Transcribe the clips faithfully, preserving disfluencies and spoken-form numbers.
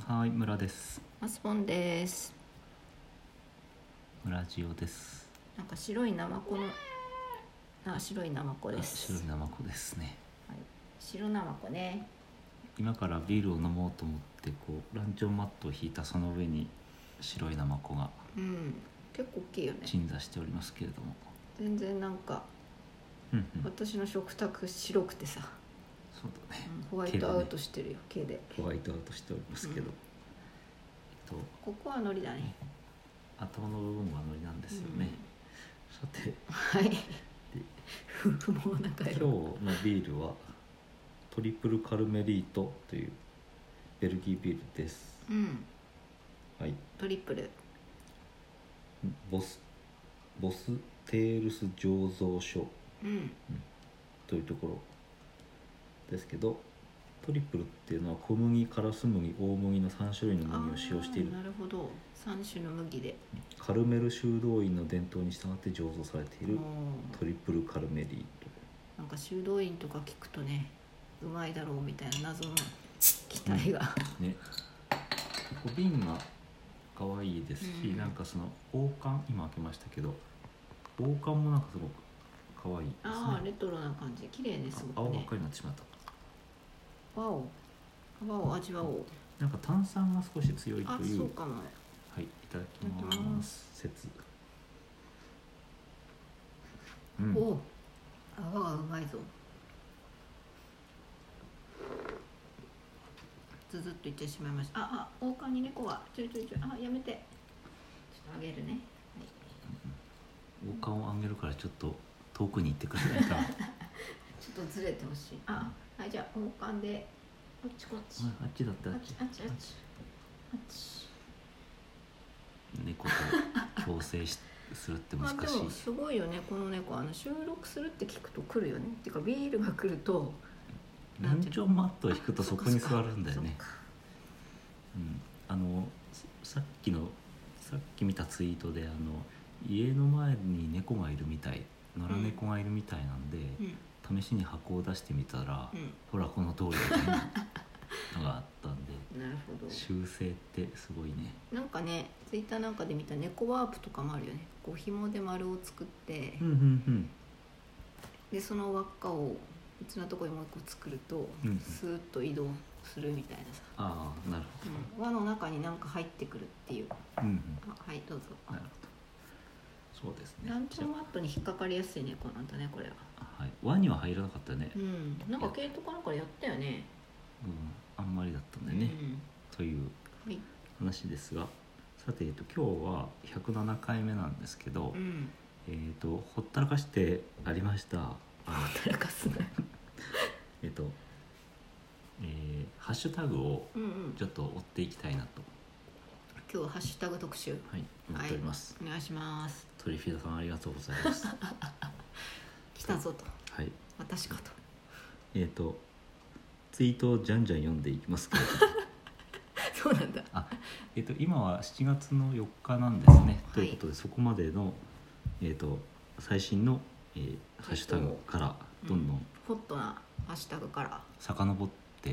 はい、村です。 マスポンです。 村ジオです。 なんか白いナマコのあ白いナマコです。 白いナマコですね、 はい、白ナマコね。 今からビールを飲もうと思ってこうランチョンマットを引いたその上に白いナマコがうん結構大きいよね。 鎮座しておりますけれども、 全然なんか、 うんうん、 私の食卓白くてさ、 そうだね、 うん、ホワイトアウトしてるよ毛で、 ホワイトアウトしておりますけど、うん、えっとここは海苔だね。 頭の部分は海苔なんですよね、うん、さてはい不毛な会話。 今日のビールはトリプルカルメリートというベルギービールです。 うん、 はい、 トリプルボスボステールス醸造所、 うんうん、 というところですけど、トリプルっていうのは小麦、カラス麦、大麦のさん種類の麦を使用している。 なるほど、さん種の麦でカルメル修道院の伝統に従って醸造されているトリプルカルメリート。 なんか修道院とか聞くとね、うまいだろうみたいな謎の期待が、 うん、ね、瓶が可愛いですし、うん、なんかその王冠、今開けましたけど王冠もなんかすごく可愛いですね。 ああレトロな感じ、綺麗ですごくね。 青ばっかりになってしまった。 わおわお味わおう。 なんか炭酸が少し強いという。 あ、そうかも。 はい、いただきます。説。 うん、お泡がうまいぞ。ずずっといってしまいました。ああ王冠に猫がちょいちょいちょい、あやめて、ちょっとあげるね、はい、 王冠をあげるからちょっと遠くに行ってくれないかなちょっとずれてほしい。あ、はい、じゃあ王冠でこっちこっち、 あっちだった、あっちあっちあっちあっち。 猫と共生しするって難しい。まあ、でもすごいよねこの猫。あの収録するって聞くと来るよね。っていうかビールが来るとランチョンマットを引くとそこに座るんだよね。うん、あのさっきのさっき見たツイートで、あの家の前に猫がいるみたい、野良猫がいるみたいなんで、うん、試しに箱を出してみたら、うん、ほらこの通りみたいなのがあったんでなるほど、 修正ってすごいね。 なんかねツイッターなんかで見た猫ワープとかもあるよね。こう紐で丸を作って、 うんうんうん、 でその輪っかを別なところにもう一個作ると、うんうん、スーッと移動するみたいなさ。 ああ、なるほど、 うん、輪の中に何か入ってくるっていう、 うんうん、 あ、はいどうぞ。 なるほど、そうですね。 ランチョンマットに引っかかりやすい猫なんだねこれは。 はい、輪には入らなかったね。 うん、なんか毛糸かなんかでやったよね。 うん、あんまりだったんでね、うん、という話ですが、はい、さて、えっと、今日はひゃくななかいめなんですけど、うん、えーと、ほったらかしてありました。ほったらかすなえっと、えー、ハッシュタグをちょっと追っていきたいなと、 うんうん、今日はハッシュタグ特集、 はい、思っております、 はい、お願いします。 トリフィードさんありがとうございます来たぞと、 はい、 私かと。 えっとツイートをじゃんじゃん読んでいきますけどそうなんだ。 あ、えー、と今はしちがつのよっかなんですね、はい、ということでそこまでの、えー、と最新の、えー、ハッシュタグからどんどん、うん、 ホットなハッシュタグから遡って、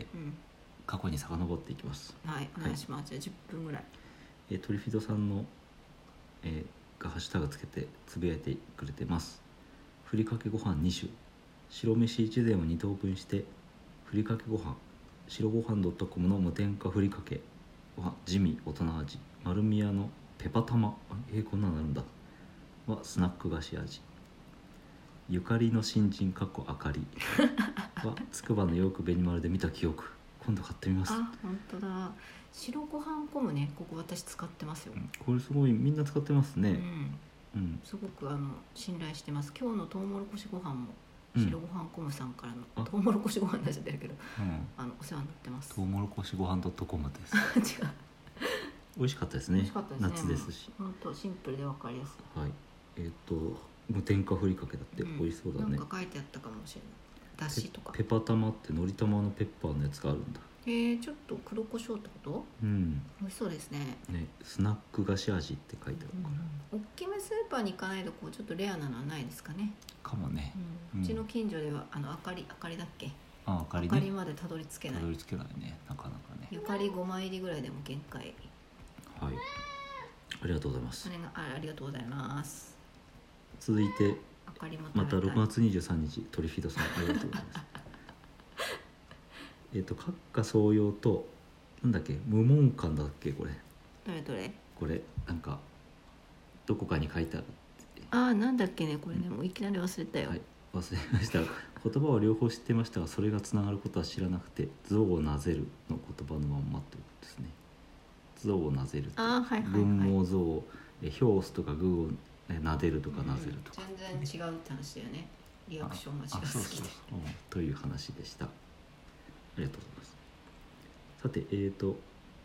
うん、過去に遡っていきます。 はい、お願いします、はい、じゃあじゅっぷんぐらい、 えー、トリフィードさんの、えー、がハッシュタグつけてつぶやいてくれてます。ふりかけご飯に種、白飯いち膳をに等分してふりかけご飯、白ご飯 .com の無添加ふりかけは地味大人味、丸宮のペパ玉、えー、こんなのあるんだはスナック菓子味、ゆかりの新人かっこあかりはつくばのよく紅丸で見た記憶、今度買ってみます。 あ、本当だ、白ご飯コムね、ここ私使ってますよ、うん、 これすごいみんな使ってますね、 うんうん、すごくあの信頼してます。今日のトウモロコシご飯も白ご飯コムさんからの、うん、トウモロコシご飯出してるけど、うん、あのお世話になってます。 トウモロコシご飯 .com です違う美味しかったですね。 美味しかったですね。 夏ですし、 本当シンプルで分かりやすい。 はい、えっ、ー、と無添加ふりかけだって美味しそうだね、うん、 なんか書いてあったかもしれない。だしとかペ, ペパ玉ってのり玉のペッパーのやつがあるんだ。 へえ、ちょっと黒胡椒ってこと？うん、美味しそうですね。 ね、スナック菓子味って書いてあるから、 うん、大きめスーパーに行かないとこうちょっとレアなのはないですかね。 かもね、 うん、うちの近所ではあのあかりあかりだっけ、 ああかりね明かりまでたどり着けない。 たどり着けないね、なかなかね。 ゆかりごまい入りぐらいでも限界。 はい、ありがとうございます。 それが あ, ありがとうございます。 続いて明かりも食べたい。 またろくがつにじゅうさんにちトリフィドさんありがとうございますえっと閣下総用となんだっけ無門館だっけ、これどれどれ。 これなんかどこかに書いてある。 ああなんだっけねこれね、もういきなり忘れたよ。 はい、忘れました言葉は両方知ってましたがそれがつながることは知らなくて象をなぜるの言葉のまんまということですね。象をなぜるってあーはいはいはい群毛象えヒョースとかグーをえ撫でるとかなぜるとか、 うん全然違うって話だよね。リアクションが違あそうそうすぎて。 そう、うん、という話でした。ありがとうございます。さてえーと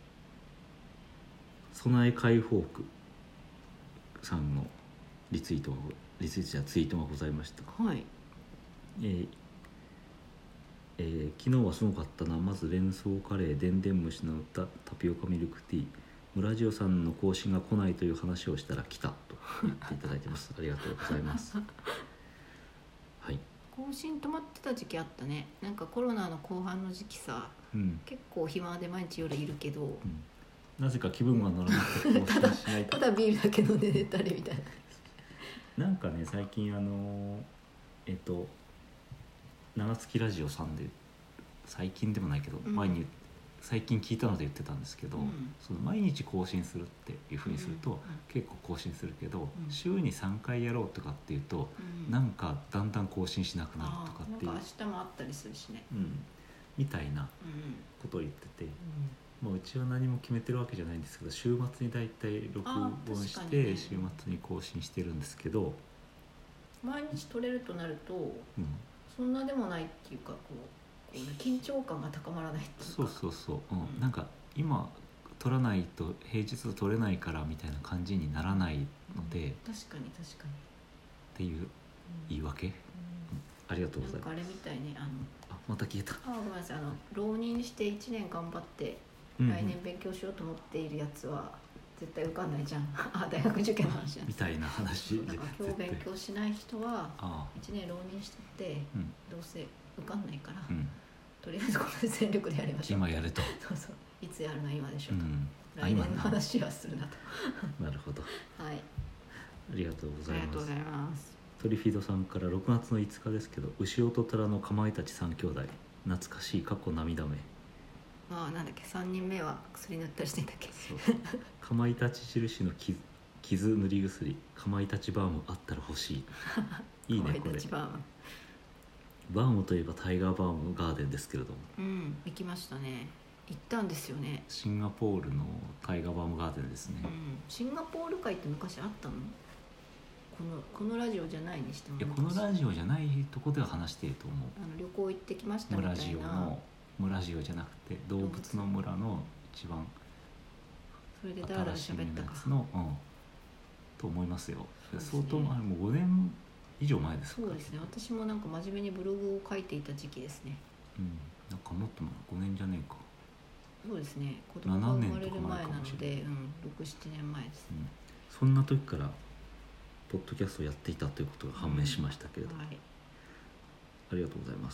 備え解放区さんのリツイートがリツイートじゃツイートがございました。 はい。 えーえー昨日はすごかったな。まず連想カレー、でんでん虫の歌、タピオカミルクティー、村ジオさんの更新が来ないという話をしたら来たと言っていただいてますありがとうございますはい、 更新止まってた時期あったね。なんかコロナの後半の時期さ、 うん結構暇で毎日夜いるけど、 うん、なぜか気分が乗らなくて更新しないただビールだけ飲んで寝たりみたいな。 なんかね最近あのーえっと長月ラジオさんで最近でもないけど、 うん前に最近聞いたので言ってたんですけど、 うんその毎日更新するっていうふうにすると、 うん結構更新するけど、 うん週にさんかいやろうとかっていうと、 うんなんかだんだん更新しなくなるとかっていう、 あーなんか明日もあったりするしね。 うん、みたいなうんことを言ってて、まあ、うちは何も決めてるわけじゃないんですけど週末にだいたい録音しあー確かて、 にね週末に更新してるんですけど、 毎日撮れるとなるとうん、 そんなでもないっていうかこう、こうね、緊張感が高まらないっていうか。 そうそうそう、うんうんなんか今撮らないと平日撮れないからみたいな感じにならないので、っ確かに確かに。 ていう言い訳、うんありがとうございます。 なんかあれみたいね、あのあまた消えた。 あごめんなさい、あの浪人していちねん頑張ってうんうん来年勉強しようと思っているやつは絶対受かんないじゃん。あ大学受験の話じゃん。 みたいな話でだから今日勉強しない人はあいちねん浪人しててあうんどうせ受かんないから、 うんとりあえずこれ全力でやりましょう。 今やれと、 そうそう、いつやるの今でしょと、 うん、あ来今年の話はするなと。 なるほど、 はい、 ありがとうございますありがとうございます。 トリフィードさんからろくがつのいつかですけど牛尾と虎のかまいたちさん兄弟懐かしい過去涙目。 まあなんだっけさんにんめは薬塗ったりしてんだっけ。 そうかまいたち印の傷傷塗り薬かまいたちバームあったら欲しいいいねこれ。 一番バームといえばタイガーバームガーデンですけれどもうん行きましたね。行ったんですよね。 シンガポールのタイガーバームガーデンですね、 うん、シンガポール会って昔あったの？このこのラジオじゃないにしてもいやこのラジオじゃないとこでは話していると思う。 あの旅行行ってきましたみたいな。 村ジオの村ジオじゃなくて動物の村の一番それでだらだら新しい喋ったかやつの、うん、と思いますよ。 そうですね相当あれもうごねん以上前ですか。 そうですね。私もなんか真面目にブログを書いていた時期ですね。 うんなんかもっと前ごねんじゃねえか、 そうですね。子供が生まれる前なななねんとか前かもしので、うん、ろく、ななねんまえです。 うん、そんな時からポッドキャストをやっていたということが判明しましたけれど、 はい。 ありがとうございます。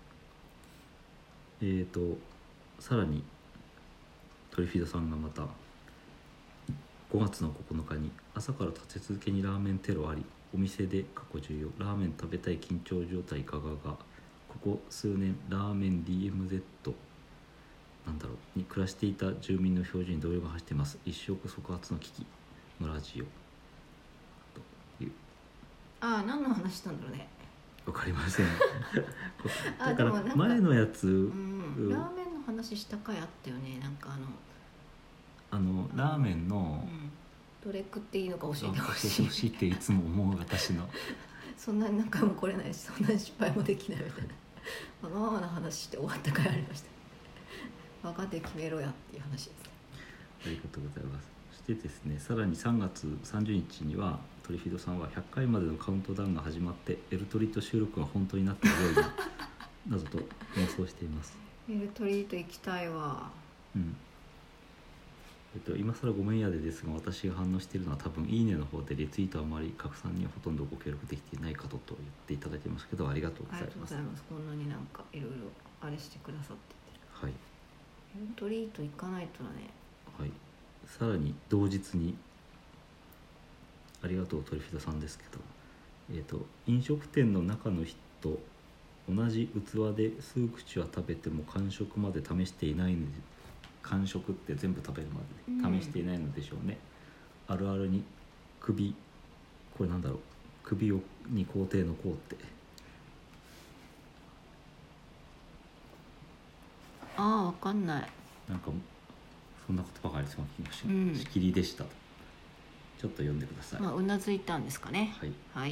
えーとさらにトリフィードさんがまたごがつのここのかに朝から立て続けにラーメンテロありお店で過去重要ラーメン食べたい緊張状態いかががここ数年ラーメン ディーエムゼット なんだろうに暮らしていた住民の表情に動揺が走っています。一触即発の危機のラジオというああ、何の話したんだろうね。 わかりませんあだからでもなんか前のやつ、 うん、ラーメンの話した回あったよね。なんかあの、 あのラーメンの、 うん、どれ食っていいのか教えて教ほしい。 えてほしいっていつも思う私のそんなに何回も来れないし、そんなに失敗もできないみたいな。わがままな話して終わった回ありました。分かって決めろやっていう話ですね。 ありがとうございます。そしてですね、さらにさんがつさんじゅうにちにはトリフィードさんはひゃっかいまでのカウントダウンが始まってエルトリート収録が本当になっているようななどと妄想しています。 エルトリート行きたいわ。 うんえっと、今更ごめんやでですが私が反応しているのは多分いいねの方でリツイートあまり拡散にはほとんどご協力できていないかとと言っていただいてますけどありがとうごありがとうざいます。 ございます。こんなになんかいろいろあれしてくださってて、 はいエントリート行かないとだね。 はい、さらに同日にありがとうトリフィドさんですけど、えーと、飲食店の中の人同じ器で数口は食べても完食まで試していないので、完食って全部食べるまで試していないのでしょうね、うん、あるあるに首、これなんだろう、首をに皇帝の皇って、 ああ、わかんない。 なんかそんな言葉がありそうな気がします、 うん、 しきりでした。ちょっと読んでください。 まあ、うなずいたんですかね。 はい、 はい、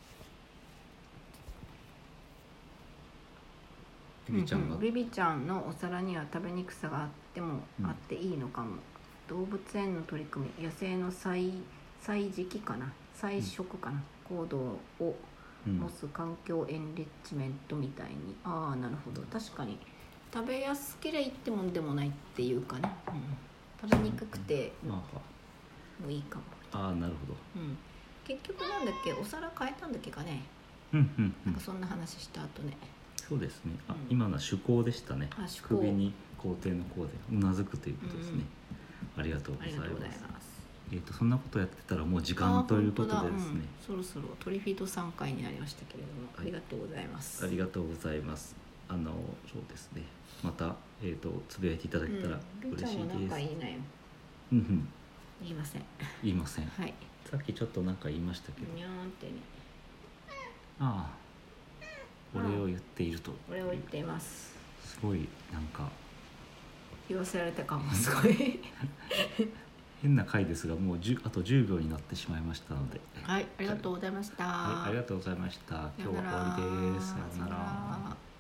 ビビちゃんが、 うんうん、ビビちゃんのお皿には食べにくさがあっても、うん、あっていいのかも。動物園の取り組み、野生の採採時期かな、採食かな、うん、行動を持つ環境エンリッチメントみたいに、うん、ああなるほど、確かに食べやすければいいってもんでもないっていうかね、うん、食べにくくてもういいかも。 ああなるほど、 うん、結局なんだっけ、お皿変えたんだっけかね、 うんうんうん、 なんかそんな話した後ね。 そうですね、あ、 うん、 今のは趣向でしたね。首に皇帝の皇でうなずくということですね、うん、ありがとうございます。えーと、そんなことやってたらもう時間ということでですね、 うん、そろそろトリフィードさんかいになりましたけれども、はい、ありがとうございます。 ありがとうございます。あのそうですね、また、えーと、つぶやいていただけたら嬉しいです。 うん、なんか言いなよ。 うんうん、 言いません。 言いません。 はい。 さっきちょっとなんか言いましたけど。 にゃーんってね。 ああ。お礼を言っていると。 お礼を言っています。 すごいなんか言わせられた感もすごい変な回ですが、もうあとじゅうびょうになってしまいましたので、 はい、ありがとうございました。 はい、ありがとうございました。今日は終わりです。さようなら。